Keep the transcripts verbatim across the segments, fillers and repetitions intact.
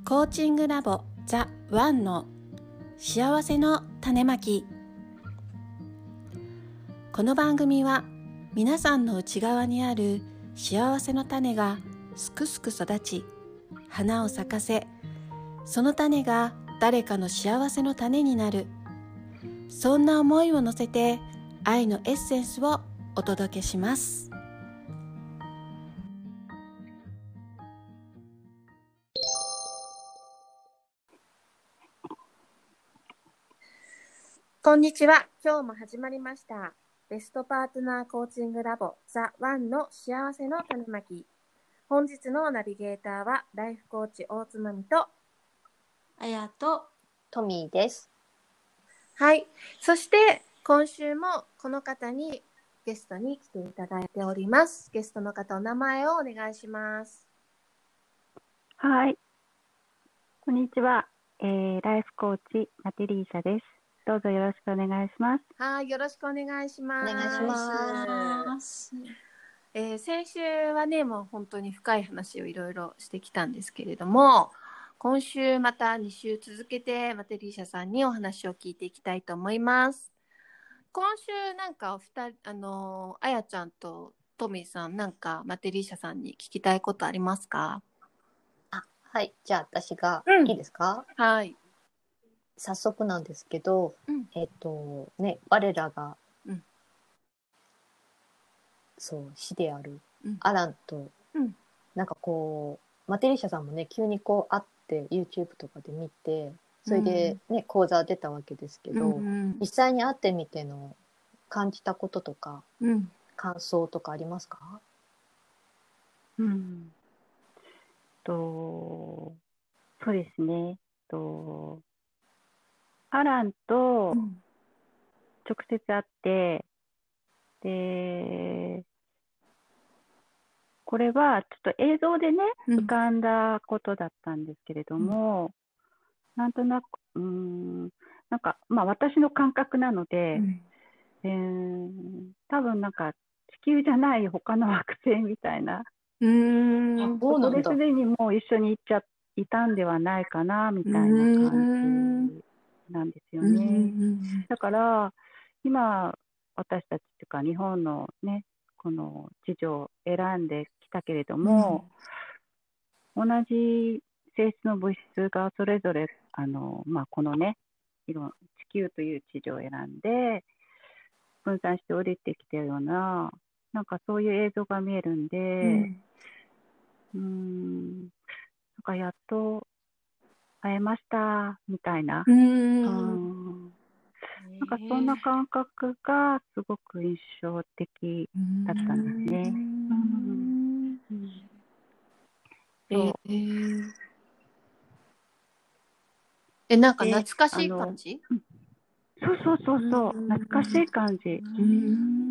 コーチングラボザ・ワンの幸せの種まき。この番組は皆さんの内側にある幸せの種がすくすく育ち花を咲かせ、その種が誰かの幸せの種になる、そんな思いを乗せて愛のエッセンスをお届けします。こんにちは。今日も始まりましたベストパートナーコーチングラボザ・ワンの幸せの種まき。本日のナビゲーターはライフコーチ大津まみとあやとトミーです。 はい。そして今週もこの方にゲストに来ていただいております。ゲストの方お名前をお願いします。 はい。こんにちは。えー、ライフコーチナテリーシャです。どうぞよろしくお願いします。 はい、よろしくお願いします。 お願いします。 えー、先週はね、もう本当に深い話をいろいろしてきたんですけれども、今週またに週続けてマテリーシャさんにお話を聞いていきたいと思います。今週なんかお二人、あのあやちゃんとトミーさん、なんかマテリーシャさんに聞きたいことありますか？ あ、はい。じゃあ私が、 うん、 いいですか？ はい。 早速なんですけど、 うん、 えっとね、我らが、 うん、 そう師であるうんアランと、 うん、 なんかこうマテリーシャさんもね、急にこう会って YouTube とかで見て、それでね、うん、講座出たわけですけど、うんうん、実際に会ってみての感じたこととか、うん、感想とかありますか？ うん。とそうですね。とアランと直接会って、うん、でこれはちょっと映像でね、浮かんだことだったんですけれども、うん、なんとなくうーんなんかまあ私の感覚なので、うんえー、多分なんか地球じゃない他の惑星みたいな、 うーん、 そこですでにもう一緒に行っちゃいたんではないかなみたいな感じなんですよね。だから今私たちというか日本のねこの地上を選んできたけれども、うん、同じ性質の物質がそれぞれあの、まあ、このね地球という地上を選んで分散して降りてきているような、なんかそういう映像が見えるんで、うん、うーんなんかやっと会えましたみたいな、うんうんなんかそんな感覚がすごく印象的だったんですね。うんうんえー、え、なんか懐かしい感じ？ そうそうそうそう、懐かしい感じ。うん、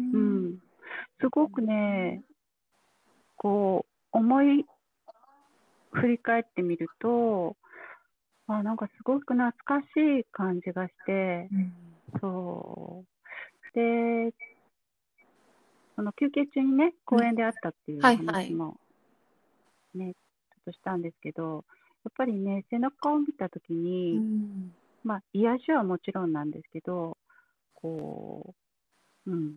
うん、すごくね、こう思い振り返ってみると、あ、なんかすごく懐かしい感じがして、うん、そうで、その休憩中にね公園で会ったっていう話もね、はいはい、ちょっとしたんですけど、やっぱりね背中を見たときに、うん、まあ癒しはもちろんなんですけど、こう、うん、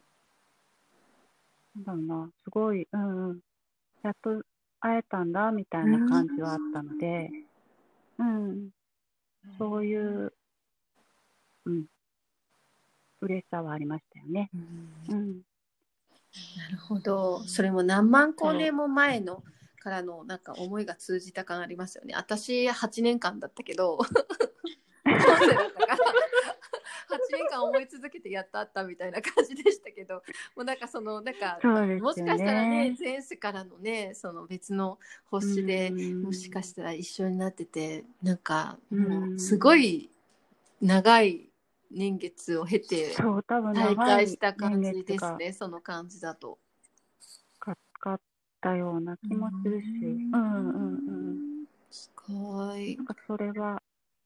なんだろうな、すごい、うんうん、やっと会えたんだみたいな感じはあったので、うん、そういう、うん、嬉しさはありましたよね。うん、うん、 なるほど。それも何万光年も前のからのなんか思いが通じた感ありますよね。私はちねんかんだったけど今世だったからはちねんかん思い続けてやっとあったみたいな感じでしたけど、もうなんかそのなんか、ね、もしかしたらね前世からのねその別の星でもしかしたら一緒になってて、なんかもうすごい長い年月を経て再会した感じですね。その感じだとかかったような気もするし、うんうんうん、 すごい。 なんかそれは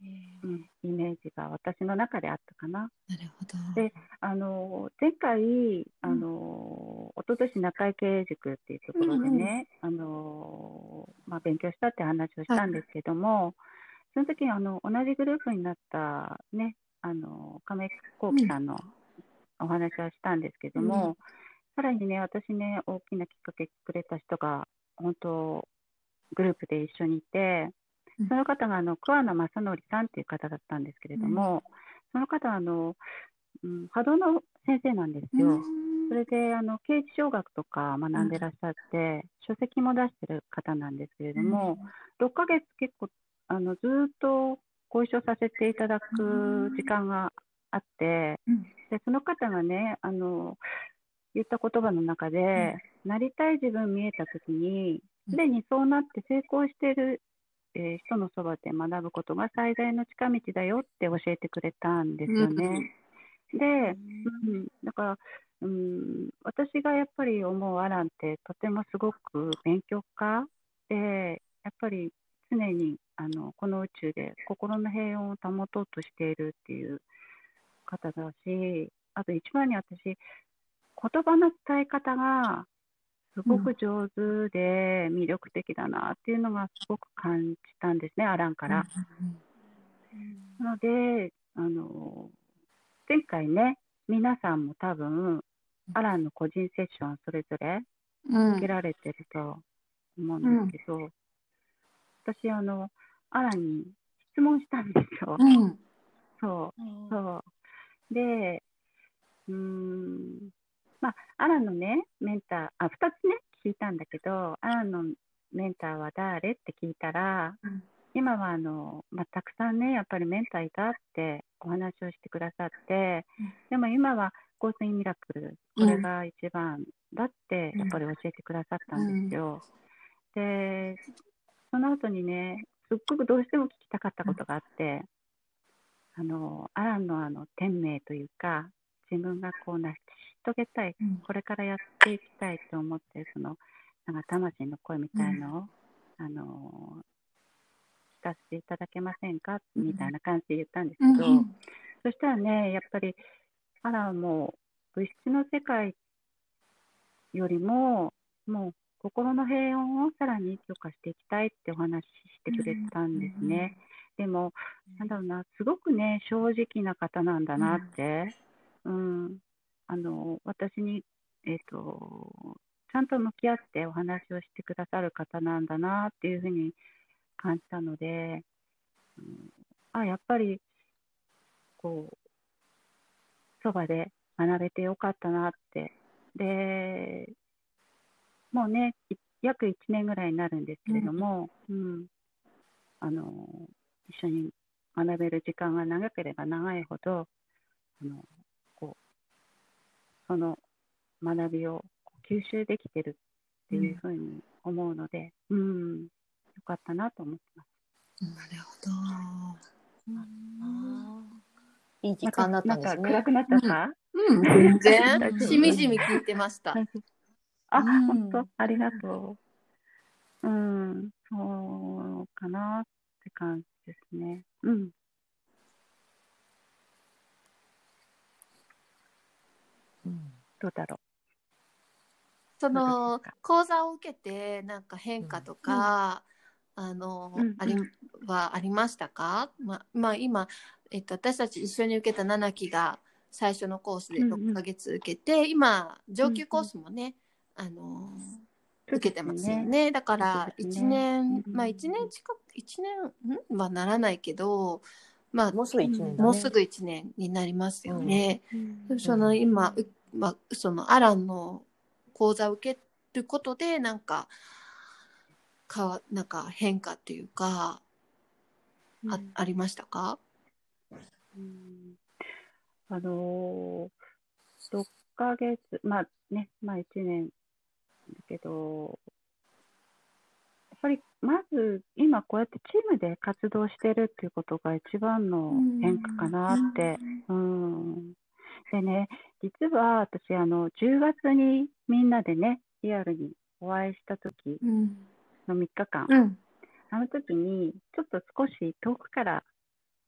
うん、イメージが私の中であったかな。 なるほど。 で、あの前回あの、おととし中井経営塾っていうところでね、うんうん、あのまあ、勉強したって話をしたんですけども、はい、その時にあの同じグループになったね、あの亀井幸喜さんのお話はしたんですけども、うん、さらにね、私ね、大きなきっかけくれた人が本当グループで一緒にいて、その方があの桑名正則さんっていう方だったんですけれども、うん、その方はあの、うん、波動の先生なんですよ。うん、それであの刑事小学とか学んでらっしゃって、うん、書籍も出してる方なんですけれども、うん、ろっかげつ結構あのずっとご一緒させていただく時間があって、うん、でその方がね、あの言った言葉の中で、うん、なりたい自分見えたときに、すでにそうなって成功している、えー、人のそばで学ぶことが最大の近道だよって教えてくれたんですよね。うん、で、うん、だから、うん、私がやっぱり思うアランってとてもすごく勉強家で、やっぱり常にあのこの宇宙で心の平穏を保とうとしているっていう方だし、あと一番に私、言葉の伝え方がすごく上手で魅力的だなっていうのがすごく感じたんですね、アランから。なので、あの前回ね、皆さんも多分アランの個人セッションそれぞれ受けられてると思うんですけど、うん、私あのアランに質問したんですよ。うん、そうそうで、うーんまあ、アランのね、メンター、あ、ふたつね、聞いたんだけど、アランのメンターは誰って聞いたら、うん、今はあの、まあ、たくさんね、やっぱりメンターいたってお話をしてくださって、うん、でも今は香水ミラクル、これが一番だってやっぱり教えてくださったんですよ。うん、で、その後にね、すっごくどうしても聞きたかったことがあって、あの、アランのあの、天命というか、自分がこう成し遂げたい、うん、これからやっていきたいと思っているそのなんか魂の声みたいのを、うん、あの聞かせていただけませんか、うん、みたいな感じで言ったんですけど、うん、そしたらね、やっぱりあらもう物質の世界よりももう心の平穏をさらに強化していきたいってお話ししてくれたんですね。うん、でもなんだろうな、すごくね正直な方なんだなって。うん、あの私に、えーと、ちゃんと向き合ってお話をしてくださる方なんだなっていうふうに感じたので、うん、あやっぱりこうそばで学べてよかったなって。でもうね約いちねんぐらいになるんですけれども、うんうん、あの一緒に学べる時間が長ければ長いほどあのこうその学びを吸収できてるっていうふうに思うので、うん、うん、よかったなと思ってます。 なるほど。 うんいい時間だったんですね。 なんか暗くなっちゃった？ うん、うん、全然しみじみ聞いてました。 あ、うん、本当ありがとう。うん、そうかなって感じですね。うん。うん、どうだろう。 その講座を受けてなんか変化とか、うん、あの、うん、ありはありましたか？ままあ今、えっと、私たち一緒に受けたななきが最初のコースでろっかげつ受けて、うんうん、今上級コースもね、うんうん、あの受けてますよね。だからいちねん、ね、まあいちねん近くいちねんはならないけど、まあもうすぐいちねんだね。 もうすぐいちねんになりますよね。うん、その今、うん、まあそのアランの講座を受けることでなんかかなんか変化っていうか、うん、あ, ありましたか？ うん、あのー、ろっかげつまあねまあいちねんだけどやっぱりまず今こうやってチームで活動してるっていうことが一番の変化かなって、うん、うん、でね実は私あのじゅうがつにみんなでねリアルにお会いした時のみっかかん、うん、あの時にちょっと少し遠くから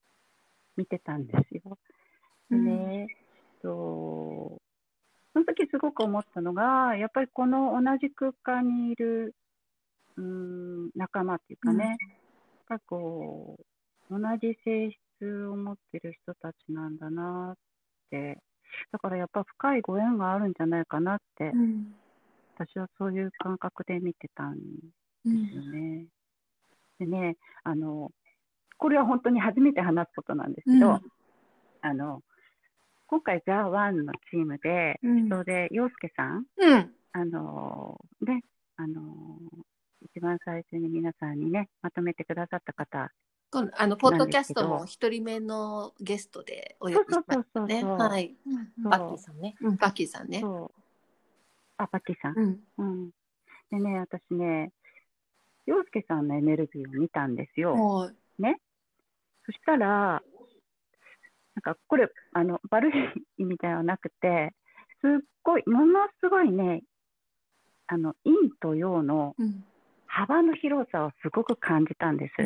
見てたんですよ。でね、うん、とその時すごく思ったのが、やっぱりこの同じ空間にいるうーん仲間っていうかね、うん、やっぱこう同じ性質を持ってる人たちなんだなって、だからやっぱ深いご縁があるんじゃないかなって、うん、私はそういう感覚で見てたんですよね。うん、でね、あのこれは本当に初めて話すことなんですけど、うん、あの今回ザ・ワンのチームで、うん、人で陽介さん、うん、あのね、あの一番最初に皆さんにねまとめてくださった方、 今度あのポッドキャストも一人目のゲストでお呼びしましたね。はい。 バッキーさんね。 うん、バッキーさんね。 そう。あ、バッキーさん。うん。うん、でね、私ね、陽介さんのエネルギーを見たんですよ。はい。ね。そしたら、なんかこれあの悪い意味ではなくて、すっごいものすごいね、あの陰と陽の幅の広さをすごく感じたんです。うん、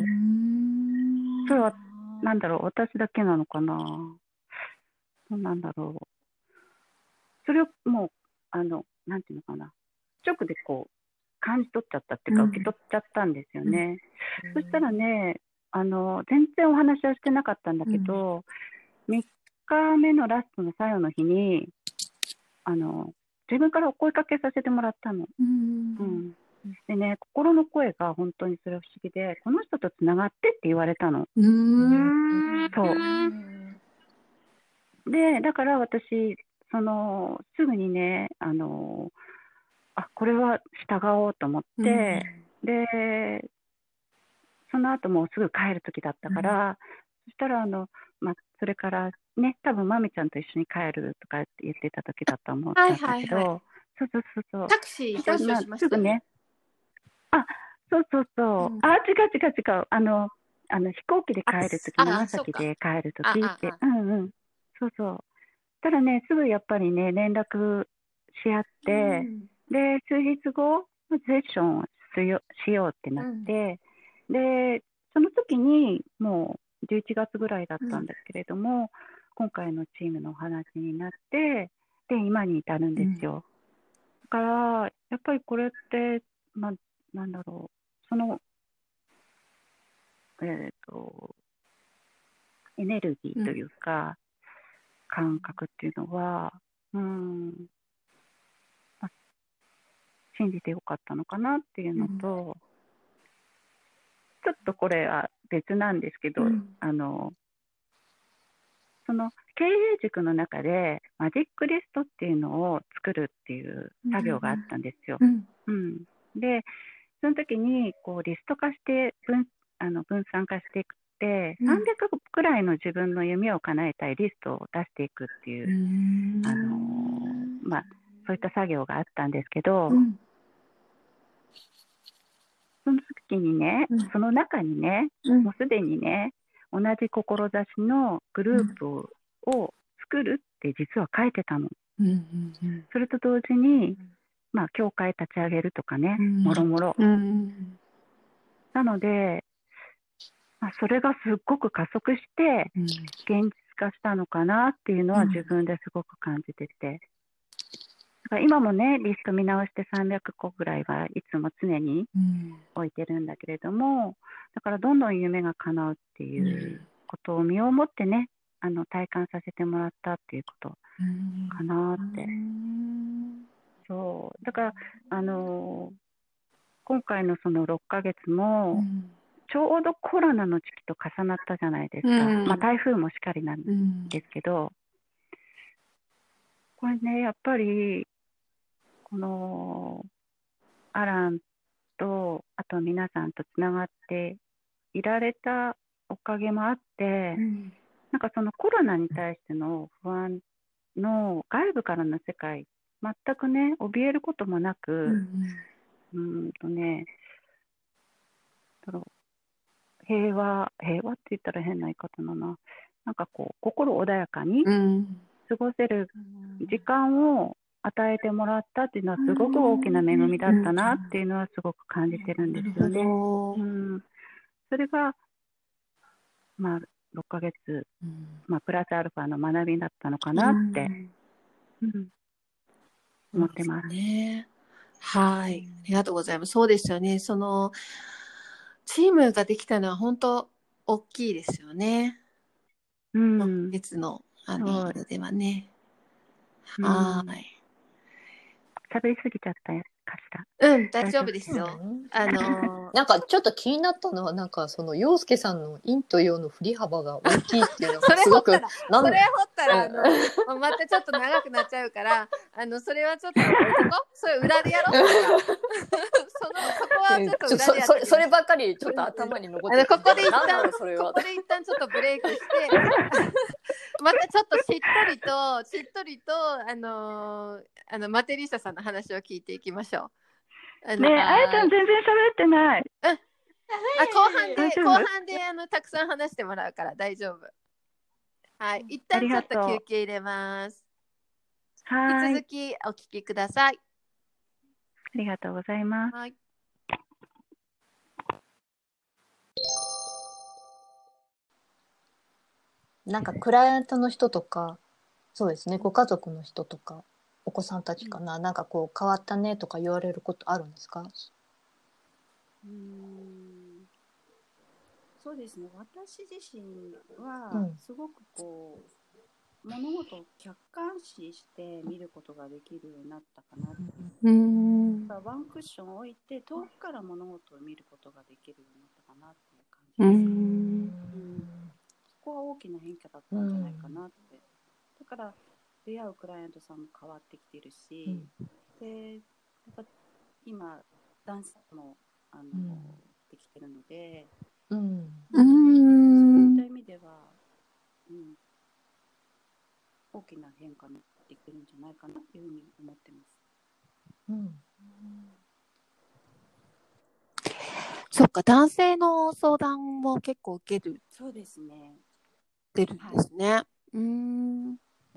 それはなんだろう、私だけなのかな。どうなんだろう。それをもうあのなんていうのかな、直でこう感じ取っちゃったっていうか、受け取っちゃったんですよね。うん、そしたらね、あの全然お話はしてなかったんだけど。うん、みっかめのラストの最後の日にあの自分からお声かけさせてもらったの。うんうん、でね、心の声が本当にそれ不思議で、この人とつながってって言われたの。うーん、そうで、だから私そのすぐにね、あのあこれは従おうと思って、でその後もうすぐ帰る時だったから、うん、そしたらあの、まあ、それからね、多分まみちゃんと一緒に帰るとかって言ってた時だったと思ったんだけど、はいはいはい、そうそうそうそう、 タクシーご一緒しましたね。すぐね、 あ、そうそうそう、うん、あ、違う違う違う、あのあの飛行機で帰る時、長崎で帰る時って、うんうん、そうそう。ただね、すぐやっぱりね連絡し合って、うん、で数日後セッションをしようってなって。うん、でその時にもうじゅういちがつぐらいだったんですけれども、うん、今回のチームのお話になって、で今に至るんですよ。うん、だからやっぱりこれって、ま、なんだろう、その、えーと、エネルギーというか、うん、感覚っていうのは、うん、ま、信じてよかったのかなっていうのと、うん、ちょっとこれは別なんですけど、うん、あのその経営塾の中でマジックリストっていうのを作るっていう作業があったんですよ。うんうん、でその時にこうリスト化して分あの分散化していくって、うん、さんびゃくくらいの自分の夢を叶えたいリストを出していくっていう、うん、あのまあ、そういった作業があったんですけど、うん、その時にね、うん、その中にね、うん、もうすでにね同じ志のグループを作るって実は書いてたの。うんうんうん、それと同時に、まあ、教会立ち上げるとかね、うん、もろもろ。うん、なので、まあ、それがすっごく加速して現実化したのかなっていうのは自分ですごく感じてて。だから今もね、リスト見直してさんびゃくこぐらいはいつも常に置いてるんだけれども、だからどんどん夢が叶うっていうことを身をもってね、あの体感させてもらったっていうことかなって。そうだからあの今回のそのろっかげつもちょうどコロナの時期と重なったじゃないですか。うん、まあ、台風もしかりなんですけど、うん、これねやっぱりこのアランとあと皆さんとつながっていられたおかげもあって、うん、なんかそのコロナに対しての不安の外部からの世界全くね怯えることもなく、うん、うんとね平和平和って言ったら変な言い方だな、なんかこう心穏やかに過ごせる時間を与えてもらったっていうのはすごく大きな恵みだったなっていうのはすごく感じてるんですよね。うん、それがまあろっかげつ、 うんまあ、プラスアルファの学びだったのかなって、うんうん、思ってます。 ね、はい、ありがとうございます。そうですよね。そのチームができたのは本当大きいですよね。 うん。 別のあのではね。 はい。 喋りすぎちゃったかしら。 うん、大丈夫ですよ。 うん、 あのー、 なんかちょっと気になったのは、なんかその陽介さんの陰と陽の振り幅が大きいっていうのがすごく、 それ掘ったら、それ掘ったら、あの、またちょっと長くなっちゃうから、あの、それはちょっと置いとこそれ裏でやろう。その、そこはちょっと裏でやって。 そ, そればっかりちょっと頭に残ってる。 ここで一旦、 それはここで一旦ちょっとブレイクして、またちょっとしっとりと、しっとりと、あのー、あの、マテリサさんの話を聞いていきましょう。 ねえ、あやちゃん全然喋ってない。 うん。あ、後半で、後半で、あの、たくさん話してもらうから大丈夫。はい。一旦ちょっと休憩入れます。 はい。 引き続きお聞きください。 ありがとうございます。 はい。 なんかクライアントの人とか、そうですね、ご家族の人とか、お子さんたちかな、うん、なんかこう変わったねとか言われることあるんですか？ うーん、そうですね、私自身はすごくこう、うん、物事を客観視して見ることができるようになったかなって。うん、ワンクッション置いて遠くから物事を見ることができるようになったかなっていう感じです。うん、そこは大きな変化だったんじゃないかなって。だから出会うクライアントさんも変わってきてるし、うん、でやっぱ今ダンスもあの、うん、できてるので、うん、そういった意味では、うん、大きな変化になってきてるんじゃないかなというふうに思ってます。うん、 そっか、男性の相談も結構受ける。 そうですね。 出るんですね。はい、うーん。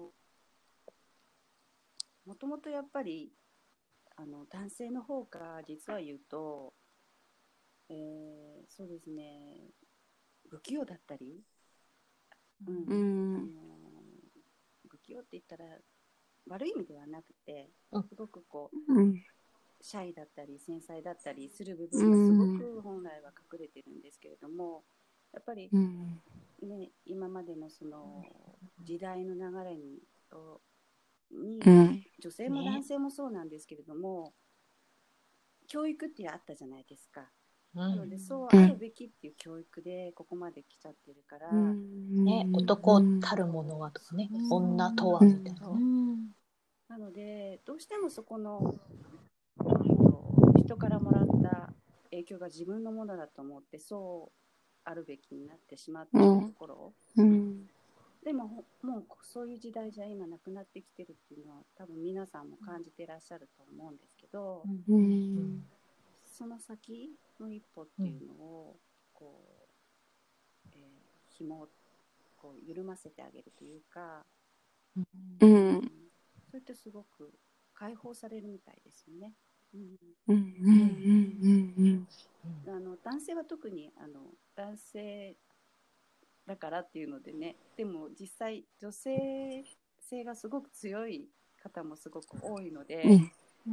もともとやっぱりあの男性の方が実は言うと、えー、そうですね、不器用だったり、うん、うん、あの不器用って言ったら悪い意味ではなくて、すごくこう、うん、シャイだったり繊細だったりする部分がすごく本来は隠れてるんですけれども、やっぱり、ね、今までのその時代の流れにとに、うん、女性も男性もそうなんですけれども、ね、教育ってあったじゃないですか。うん、なのでそうあるべきっていう教育でここまで来ちゃってるから、うんね、男たるものはとかね、うん、女とはみたいな、ね、うん、 なのでどうしてもそこの人からもらった影響が自分のものだと思ってそうあるべきになってしまっているところ、うんうん、でももうそういう時代じゃ今なくなってきてるっていうのは多分皆さんも感じていらっしゃると思うんですけど、うん、その先の一歩っていうのをこう、えー、紐をこう緩ませてあげるというか、うんうん、そういったすごく解放されるみたいですよね。あの男性は特にあの男性だからっていうのでね、でも実際女性性がすごく強い方もすごく多いので、うん、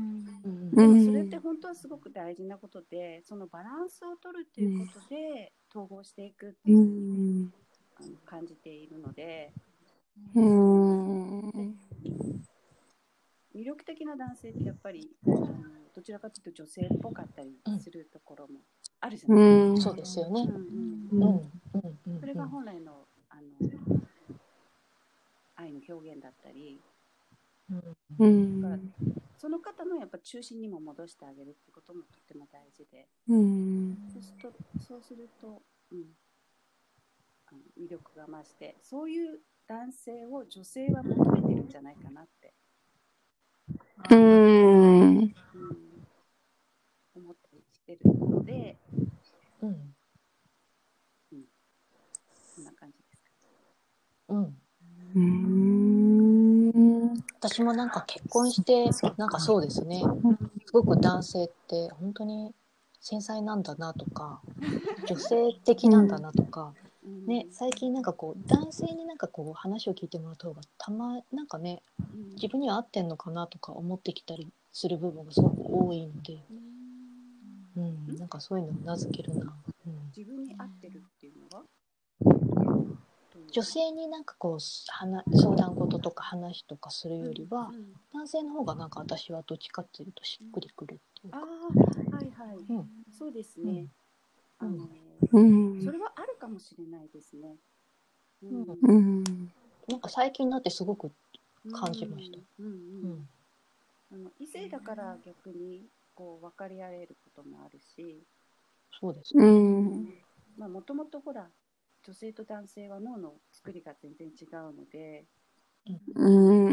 でもそれって本当はすごく大事なことで、そのバランスを取るということで統合していくっていうふうに、あの感じているので、うん、で魅力的な男性ってやっぱりあのどちらかというと女性っぽかったりするところもあるじゃないですか。 そうですよね。 それが本来の、あの愛の表現だったり、うん、だからその方のやっぱ中心にも戻してあげるってこともとても大事で、うん、そうすると、そうすると、うん、あの魅力が増して、そういう男性を女性は求めてるんじゃないかなって、うん、うん、思ったりしてるので、うん、うん、そんな感じですか。 うん。うーん、私もなんか結婚してなんかそうですね、すごく男性って本当に繊細なんだなとか女性的なんだなとか、 ね、最近なんかこう男性になんかこう話を聞いてもらった方がたまなんかね、自分には合ってんのかなとか思ってきたりする部分がすごく多いので、うん、なんかそういうのを名付けるな、うん、 自分に合ってるっていうのは女性になんかこう相談事とか話とかするよりは、うんうん、男性の方がなんか私はどっちかっていうとしっくりくるっていうか、 ああはいはい、うん、そうですね、うん、あの、うん、それはあるかもしれないですね、 うんうん、なんか最近になってすごく感じました、うんうんうん、 あの異性だから逆にこう分かり合えることもあるし、 そうですね、うん、 まあもともとほら女性と男性は脳の作りが全然違うので、うん、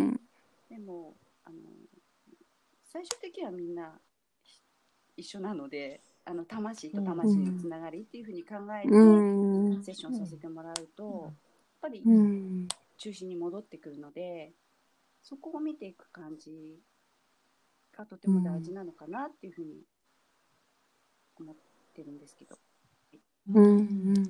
でもあの最終的にはみんな一緒なので、あの魂と魂のつながりっていうふうに考えて、うん、セッションさせてもらうと、うん、やっぱり中心に戻ってくるので、そこを見ていく感じがとても大事なのかなっていうふうに思ってるんですけど、 うんうん、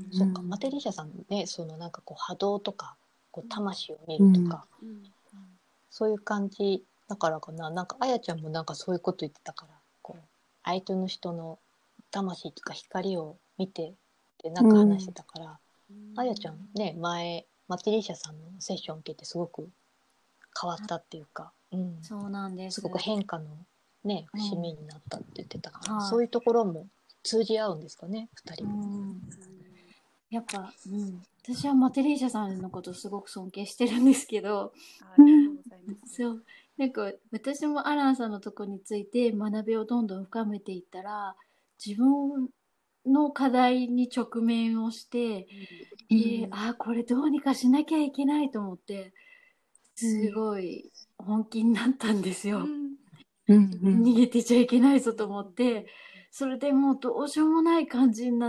そっか、マテリーシャさんね、そのなんかこう波動とかこう魂を見るとか、うんうん、そういう感じだからかな。なんかあやちゃんもなんかそういうこと言ってたから、こう相手の人の魂とか光を見てってなんか話してたから、うん、あやちゃんね、前マテリーシャさんのセッション受けてすごく変わったっていうか、うん、 そうなんです。 すごく変化のね節目になったって言ってたから、うん、そういうところも通じ合うんですかね、ふたり、うん、 やっぱ、うん、私はマテリーシャさんのことすごく尊敬してるんですけど、 ありがとうございます。 そう、なんか私もアランさんのとこについて学びをどんどん深めていったら、自分の課題に直面をして、うん、えー、あこれどうにかしなきゃいけないと思ってすごい本気になったんですよ、うんうん、逃げてちゃいけないぞと思って、それでもうどうしようもない感じになって、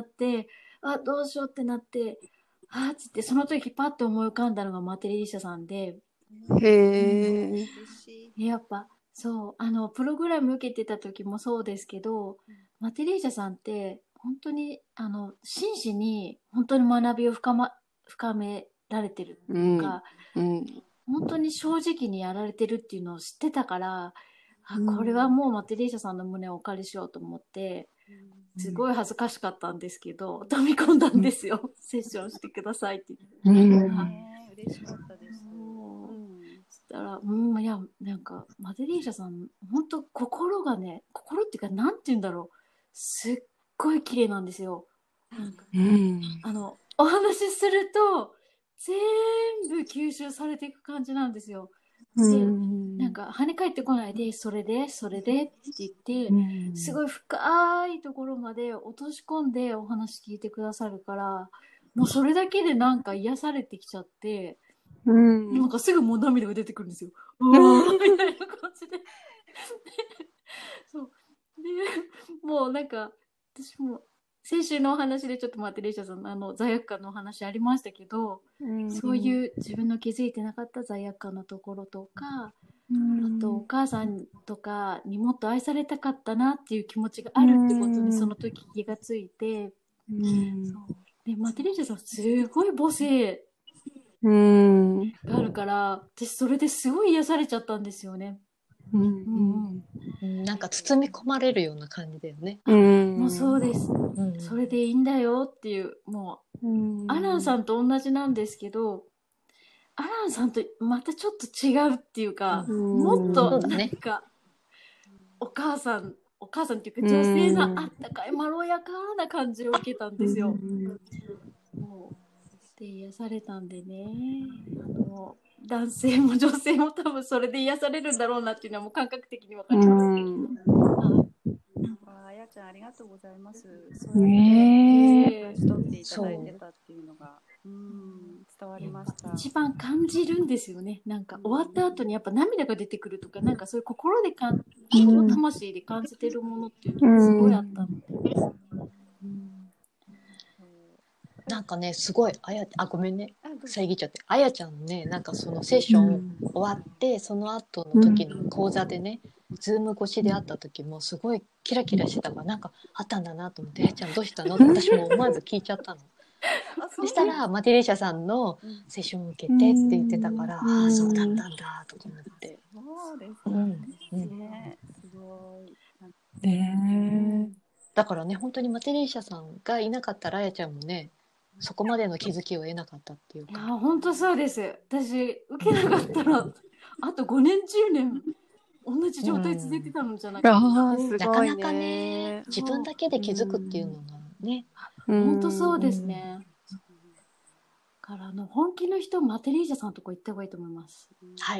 あどうしようってなって、あっつってその時パッと思い浮かんだのがマテリーシャさんで、へー、やっぱそうあのプログラム受けてた時もそうですけど、うん、マテリーシャさんって本当にあの真摯に本当に学びを深、ま、深められてるっていうか、うんうん、本当に正直にやられてるっていうのを知ってたから、あこれはもうマテリーシャさんの胸をお借りしようと思って、すごい恥ずかしかったんですけど、うん、飛び込んだんですよ、うん、セッションしてくださいって言って、うん、 ね、嬉しかったです。 そしたら、うん、いや、なんか、マテリーシャさん、本当心がね、心っていうか、なんて言うんだろう、すっごい綺麗なんですよ。なんか、うん、あの、お話しすると、全部吸収されていく感じなんですよ。で、うん、なんか、跳ね返ってこないで、それで、それでって言って、うん、すごい深いところまで落とし込んでお話聞いてくださるから、もうそれだけでなんか癒されてきちゃって、うん、なんかすぐもう涙が出てくるんですよ。うわーみたいな感じで。そうでもうなんか私も先週のお話でちょっとマテリーシャさんのあの罪悪感のお話ありましたけど、うん、そういう自分の気づいてなかった罪悪感のところとか、うん、あとお母さんとかにもっと愛されたかったなっていう気持ちがあるってことにその時気がついて、うん、そうでマテリーシャさんすごい母性うんがあるから、私それですごい癒されちゃったんですよね。 うんうんうん、なんか包み込まれるような感じだよね。 うん、もうそうです、うん、それでいいんだよっていう、もう、うん、アランさんと同じなんですけど、アランさんとまたちょっと違うっていうか、うん、もっとなんか、うん、お母さんお母さんっていうか女性のあったかいまろやかな感じを受けたんですよ。うん、もうで癒されたんでね、あの男性も女性も多分それで癒されるんだろうなっていうのはもう感覚的に分かります。うん、 あやちゃんありがとうございます。そうやって感じ取っていただいてたっていうのが、うん、伝わりました。 一番感じるんですよね。なんか終わった後にやっぱ涙が出てくるとか、なんかそういう心でかん、心の魂で感じてるものっていうのがすごいあったので。うん、 なんかねすごいあやあごめんね遮っちゃって、あやちゃんねなんかそのセッション終わって、うん、その後の時の講座でね、うん、ズーム越しで会った時もすごいキラキラしてたからなんかあったんだなと思って、あやちゃんどうしたのって私も思わず聞いちゃったの。 そしたらマテリーシャさんのセッションを受けてって言ってたから、ああそうだったんだとか思って。 そうですね。すごい。 ね、だからね本当にマテリーシャさんがいなかったらあやちゃんもねそこまでの気づきを得なかったっていうか。 いや本当そうです。私受けなかったらあとごねんじゅうねん同じ状態続いてたのじゃないかな、 うん、なかなかね自分だけで気づくっていうのがね、 本当そうですね。からの本気の人マテリーシャさんのとこ行った方がいいと思います。 はい。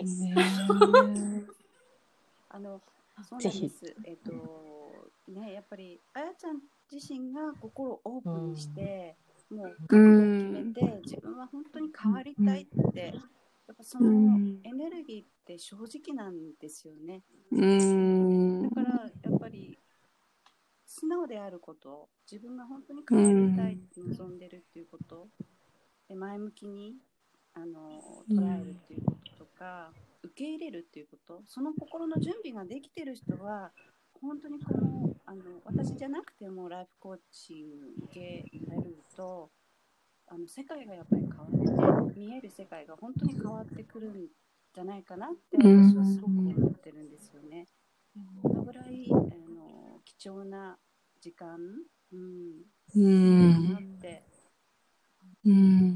あのそうなんです。えっとねやっぱりあやちゃん自身が心をオープンにして、うん、もう覚悟を決めて自分は本当に変わりたいって、やっぱそのエネルギーって正直なんですよね。 うんだからやっぱり素直であること、自分が本当に変わりたいって望んでるっていうこと、で前向きにあの捉えるっていうこととか、受け入れるっていうこと、その心の準備ができてる人は本当にこのあの私じゃなくてもライフコーチング受けられると、あの世界がやっぱり変わって見える世界が本当に変わってくるんじゃないかなって私はすごく思ってるんですよね。このぐらいあの貴重な時間、うん、うんあって、うん、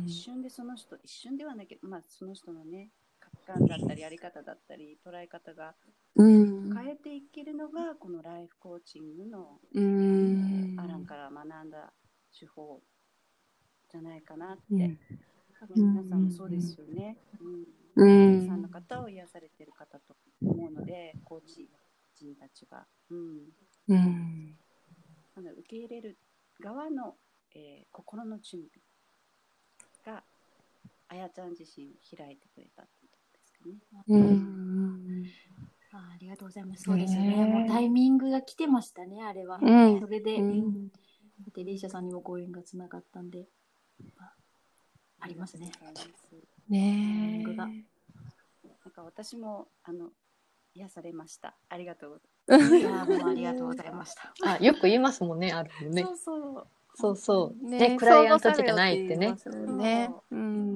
一瞬でその人一瞬ではないけど、まあ、その人のね価値観だったりやり方だったり捉え方が変えていけるのがこのライフコーチングの、うん、アランから学んだ手法じゃないかなって、うん、多分皆さんもそうですよね、うんうん、たくさんの方を癒されている方と思うのでコーチ人たちが、うんうん、あの受け入れる側の、えー、心の準備があやちゃん自身開いてくれたってことですかね。うん、 あ, ありがとうございます。そうですよね。もうタイミングが来てましたね、あれは。うん、それで、うん、でリーシャさんにもご縁がつながったんで、あ, ありますね。 ねえ。 なんか私もあの癒されました。ありがとうございます。 あ, もうありがとうございました。 あ、よく言いますもんね、あるもんね。 そうそう。 そうそう。ね、ねクライアントじゃないってね。 ね、うん、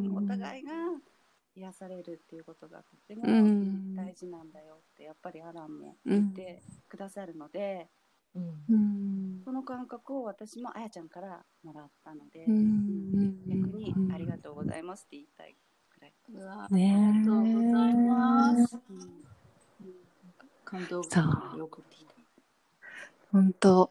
お互いが癒されるっていうことがとても大事なんだよってやっぱりアランも言ってくださるので、うん、その感覚を私もあやちゃんからもらったので、うん、逆にありがとうございますって言いたいくらい。 うわ、ね、ありがとうございます。うんうん、感動がよくっていた。 本当。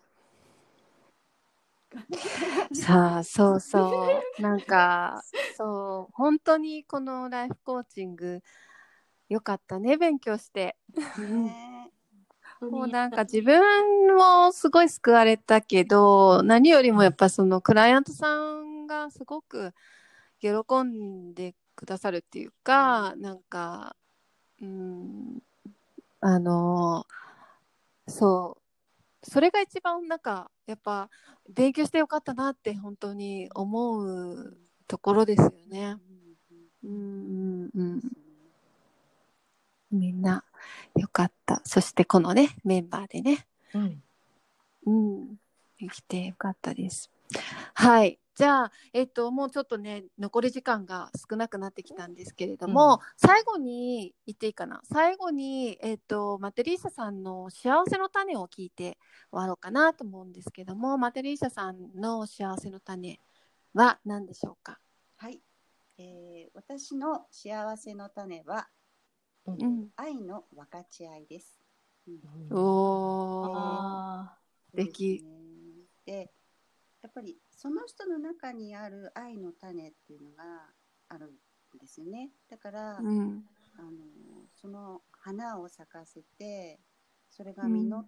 さあそうそうなんかそう本当にこのライフコーチングよかったね勉強して、ね、もうなんか自分もすごい救われたけど何よりもやっぱそのクライアントさんがすごく喜んでくださるっていうかなんかうんあのそうそれが一番なんかやっぱ勉強してよかったなって本当に思うところですよね。うんうん、みんなよかった。そしてこのねメンバーでね、うんうん、できてよかったです。はい。じゃあ、えっと、もうちょっとね、残り時間が少なくなってきたんですけれども、うん、最後に言っていいかな。最後に、えっと、マテリーシャさんの幸せの種を聞いて終わろうかなと思うんですけども、マテリーシャさんの幸せの種は何でしょうか。 はい。えー、私の幸せの種は、うん、愛の分かち合いです。 うん、おー、 あー、素敵。で、やっぱりその人の中にある愛の種っていうのがあるんですよね。だから、うん、あのその花を咲かせてそれが実って、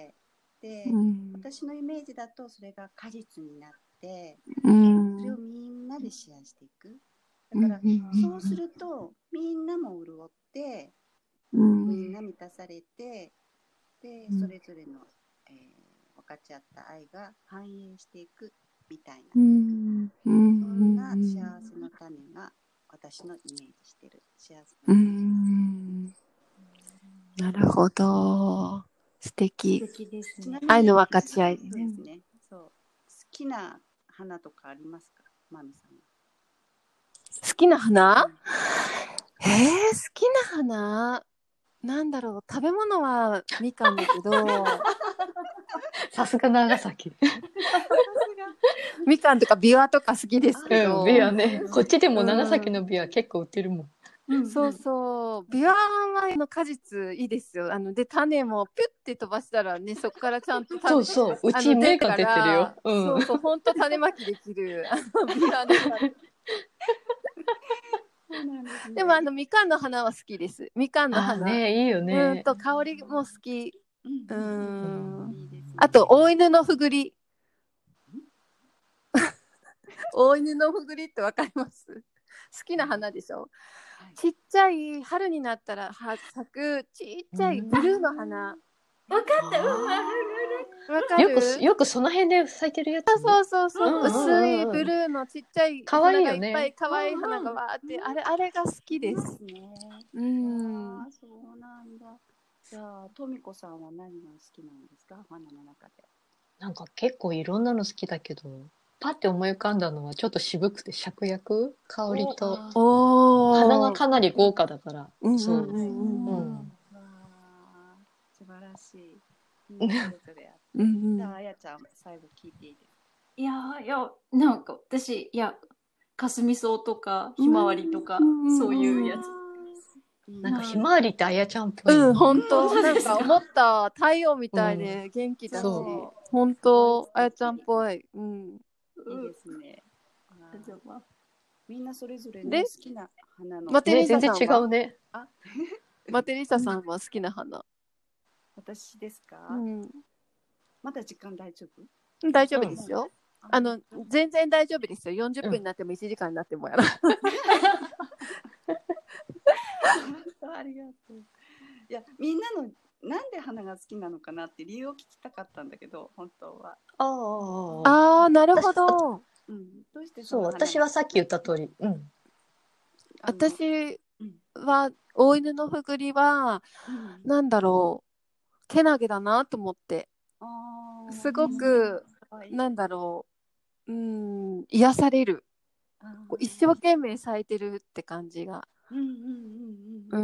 うん、で、うん、私のイメージだとそれが果実になって、うん、それをみんなでシェアしていく。だから、うん、そうするとみんなも潤って、うん、みんな満たされてでそれぞれの、えー、分かち合った愛が反映していくみたいな、うん、そんな幸せの種が私のイメージしてる幸せの種、うん、 なるほど、素敵。 素敵ですね。 愛の分かち合い、 そうですね。そう、好きな花とかありますか？ マミさん。 好きな花、うん、えー、好きな花なんだろう。食べ物はみかんだけどさすが長崎みかんとかビワとか好きですけど、 うん、ビワね、こっちでも長崎のビワ結構売ってるもん、 うん、そうそう、ビワはの果実いいですよ。あので種もピュッて飛ばしたらね、そこからちゃんと種、 そうそう、うちメカ出てるよ、 うん、そうそう、本当種まきできるあのビワの種でもあのみかんの花は好きです。みかんの花ね、いいよね。 うんと香りも好き。うん、うん、あと大犬のふぐり大犬のふぐりってわかります？好きな花でしょ。ちっちゃい春になったら咲くちっちゃいブルーの花。 わかった。うん、わかる。 よくよくその辺で咲いてるやつ。 そうそうそう、うんうんうん、薄いブルーのちっちゃい花がいっぱい可愛い花がわーって、あれあれが好きです。 ね、 うん。 あ、そうなんだ。じゃあとみこさんは何が好きなんですか、花の中で。 なんか結構いろんなの好きだけど、パッて思い浮かんだのはちょっと渋くて芍薬、香りと花がかなり豪華だから、 うん、 そう、 うんうんうん、 素晴らしい。それぞれあって。うん、じゃああやちゃん最後聞いていいですか。 いやいや、なんか私、いやかすみ草とかひまわりとか、うん、そういうやつ。 なんかひまわりってあやちゃんっぽい、 ね、うん、本当なんか思った太陽みたいで元気だし、うん、本当あやちゃんっぽい。うん、 いいですね。みんなそれぞれね、好きな花の。 マテリサさんは、 ね、全然違うね。 あマテリサさんは好きな花。 私ですか、 うん、まだ時間大丈夫？ 大丈夫ですよ。うん、あの全然大丈夫ですよ。よんじゅっぷんになってもいちじかんになってもやら。 ありがとう。いや、みんなのなんで花が好きなのかなって理由を聞きたかったんだけど、本当は。 ああ、なるほど。 うん、どうしてそう、私はさっき言った通り、うん、 私は大犬のふぐりは、うん、なんだろう、けなげだなと思って、すごく、うん、なんだろう、うん、癒される。一生懸命咲いてるって感じが、うん、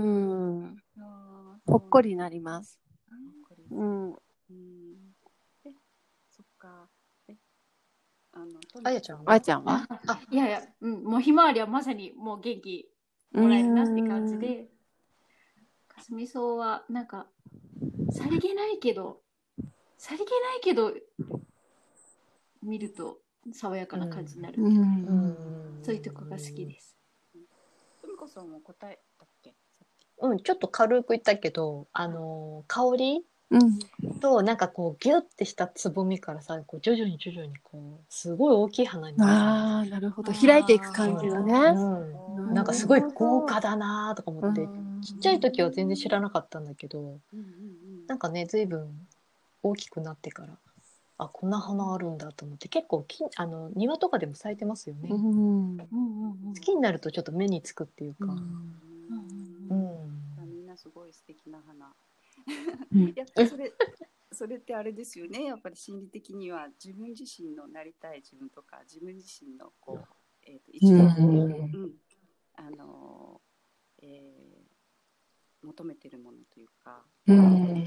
ほっこりなります。うん、うん、 え、そっか。え、あの、 あやちゃんは？ あやちゃんは？ あ、いやいや、うん、もうひまわりはまさにもう元気もらえるなって感じで、かすみ草はなんかさりげないけど、さりげないけど見ると爽やかな感じになる、うんうん、そういうとこが好きです。 とみこさんも答えたっけ？ うん、ちょっと軽く言ったけど、あのー、香り、うん、となんかこうギュッてしたつぼみからさ、こう徐々に徐々にこうすごい大きい花になる。 ああ、なるほど。開いていく感じがね。 うん、なんかすごい豪華だなとか思って、ちっちゃい時は全然知らなかったんだけど、なんかね、随分大きくなってから、あ、こんな花あるんだと思って、結構きあの庭とかでも咲いてますよね。うん、好きになるとちょっと目につくっていうか。うんうん、みんなすごい素敵な花。いや、それそれってあれですよね。やっぱり心理的には自分自身のなりたい自分とか自分自身のこう、えー、と一番、うんうん、あのえー、求めてるものというか、うん、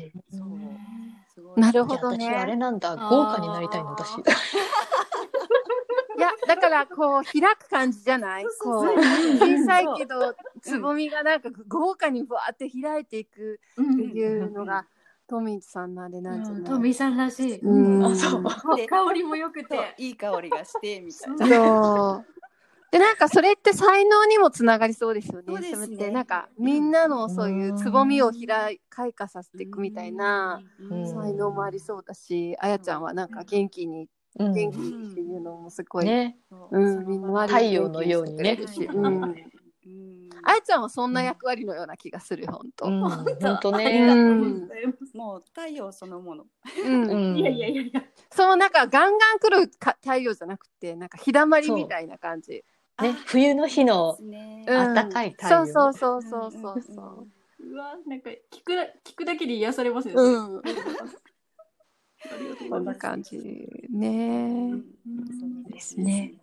そうすごい。なるほどね。 私あれなんだ、豪華になりたいの私。 いや、だからこう開く感じじゃない？こう小さいけどつぼみがなんか豪華にバーって開いていくっていうのがトミーさんのあれなんじゃない？ トミーさんらしい。うん、そう。香りも良くていい香りがしてみたいな。 そう。でなんかそれって才能にもつながりそうですよね。そうですね。なんかみんなのそういうつぼみを開開花させていくみたいな才能もありそうだし、あやちゃんはなんか元気に。元気っていうのもすごい、ね、うん、みんな太陽のようにね。 あやちゃんはそんな役割のような気がする、本当。 本当ね。 もう太陽そのもの。 いやいやいやいや。 そうなんかガンガン来る太陽じゃなくて、なんか日だまりみたいな感じ。 ね、冬の日の暖かい太陽。 そうそうそうそうそう。 うわ、なんか聞く聞くだけで癒されますよね。うん。 こんな感じね、うん、ですね。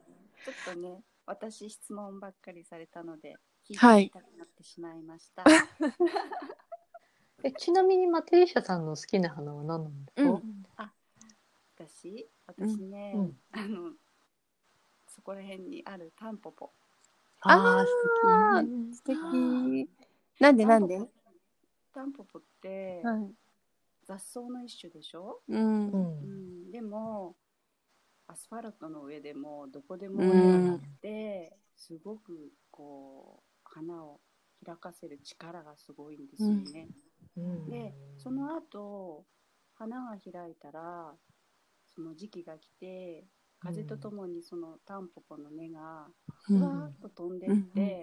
ちょっとね、私質問ばっかりされたので聞いはいてみたくなってしまいました。 えちなみにマテリシャさんの好きな花は何なんですか？ うん私私ね、 うんあのそこら辺にあるタンポポ。 あああー素素敵。なんでなんで？はい。 タンポポって雑草の一種でしょ、 う。 うんうんん、でもアスファルトの上でもどこでもう根を張んってすごくこう花を開かせる力がすごいんですうんよね。 うんでその後花が開いたらその時期が来て風とともにそのタンポポの根がうんふわーっと飛んでって、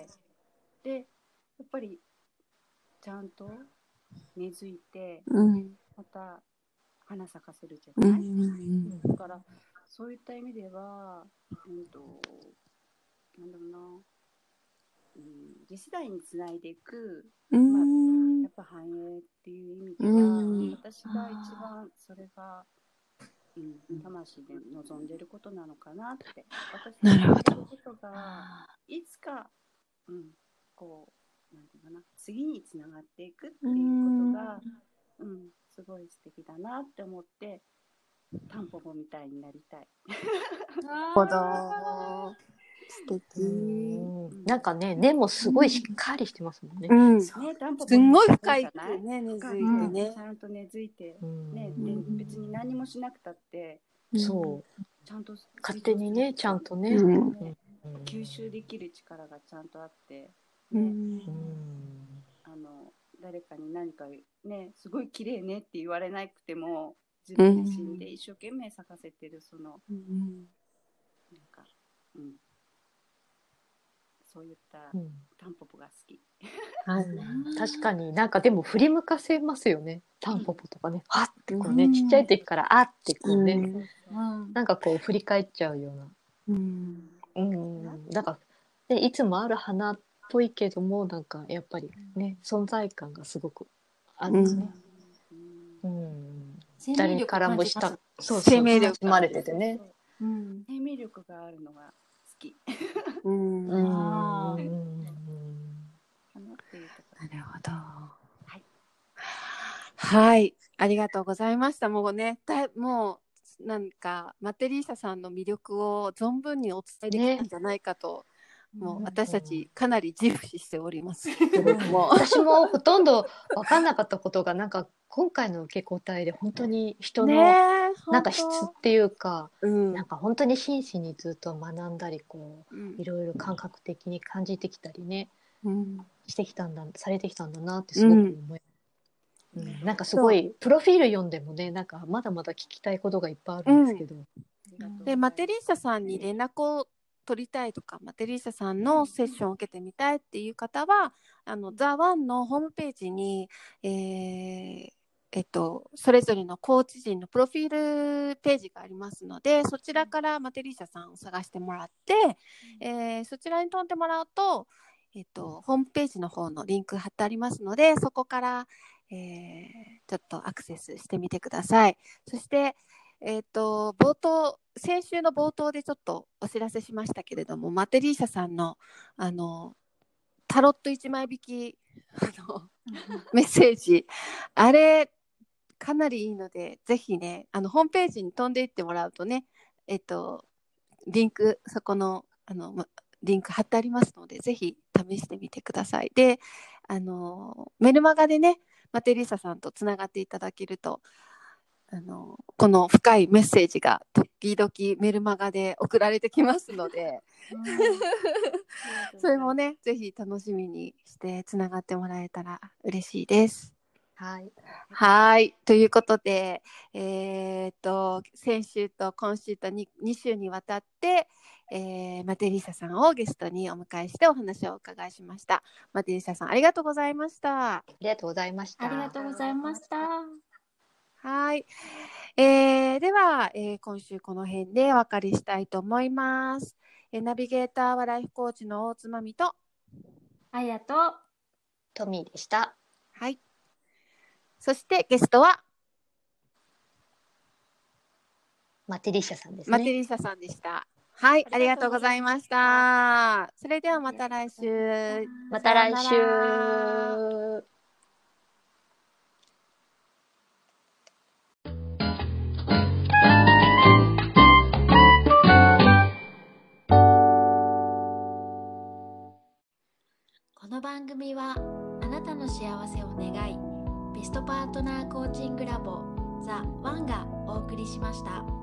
でやっぱりちゃんと根付いてうんまた花咲かせるじゃうない、 んだからそういった意味では、うんと、なんだろうな、うん、次世代につないでいく、 うまあ、 んやっぱ繁栄っていう意味でうは、 ん私が一番それが、うん、魂で望んでることなのかなって。私がやってることがいつか、うん、こうなんていうかな、次につながっていくっていうことが、うん、すごい素敵だなって思って、タンポポみたいになりたい。 ほど。素敵。 うんなんかね根もすごいしっかりしてますもんね。 うん。 ね、タンポポすんごいも深いっじゃないてね、根深付いくてねち。ゃんと根付いて、 うんね、で別に何もしなくたってそうちゃんと勝手にねちゃんとね、 うんねうん吸収できる力がちゃんとあって、ね、 うんうんあの誰かに何かねすごい綺麗ねって言われなくても自分自身で一生懸命咲かせてるその、 うんなんか、うん、そういったうんタンポポが好き。 うん確かになんかでも振り向かせますよねタンポポとかね、はってこうね、 うんちっちゃい時からあってこうね、 うんうんなんかこう振り返っちゃうような、 うんうん、なんかでいつもある花っぽいけどもなんかやっぱりね存在感がすごくあるんですね、うん生命誰力からもした感じます。 そうそう生命力親しまれててね、 うん生命力があるのが好きうんうんあーうんかなっていうところ。 なるほど。 はい。 はい、ありがとうございました。もうね、だいもうなんかマテリーサさんの魅力を存分にお伝えできたんじゃないかと、ね、もう私たちかなり自負しておりますけれども、 私もほとんど分かんなかったことがなんか今回の受け答えで本当に人のなんか質っていうか、 ね、 なんか本当に真摯にずっと学んだりこう、うん、いろいろ感覚的に感じてきたりね、うん、してきたんだされてきたんだなってすごく思い、うんうん、なんかすごいプロフィール読んでもねなんかまだまだ聞きたいことがいっぱいあるんですけど、 うん、でマテリーサさんに連絡を取りたいとかマテリーサさんのセッションを受けてみたいっていう方はあのザ・ワンのホームページに、えーえっと、それぞれのコーチ陣のプロフィールページがありますのでそちらからマテリーサさんを探してもらって、えー、そちらに飛んでもらうと、えっと、ホームページの方のリンク貼ってありますのでそこから、えー、ちょっとアクセスしてみてください。そしてえーと、冒頭先週の冒頭でちょっとお知らせしましたけれどもマテリーサさんのあのタロットいちまい引きあのメッセージあれかなりいいのでぜひねあのホームページに飛んでいってもらうとねえっとリンクそこのあのリンク貼ってありますのでぜひ試してみてください。であのメルマガでねマテリーサさんとつながっていただけるとあのこの深いメッセージが時々メルマガで送られてきますので、うん、それもねぜひ楽しみにしてつながってもらえたら嬉しいです。 はいはいということで、えー、っと先週と今週と 2, 2週にわたって、えー、マテリーサさんをゲストにお迎えしてお話をお伺いしました。マテリーサさんありがとうございました。 ありがとうございました。 ありがとうございました。 はい、えー、では、えー、今週この辺でお別れしたいと思います。えー、ナビゲーターはライフコーチの大津まみとあやとトミーでした。 はい。そしてゲストはマテリーシャさんですね。 マテリーシャさんでした。 はい、ありがとうございました。それではまた来週。 また来週。 この番組はあなたの幸せを願い、ベストパートナーコーチングラボザ・ワンがお送りしました。